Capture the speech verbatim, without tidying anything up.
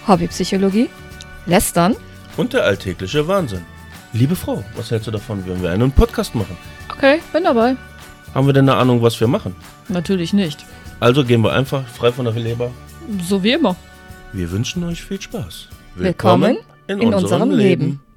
Hobbypsychologie, Lästern und der alltägliche Wahnsinn. Liebe Frau, was hältst du davon, wenn wir einen Podcast machen? Okay, bin dabei. Haben wir denn eine Ahnung, was wir machen? Natürlich nicht. Also gehen wir einfach frei von der Leber. So wie immer. Wir wünschen euch viel Spaß. Willkommen in, in unserem, unserem Leben. Leben.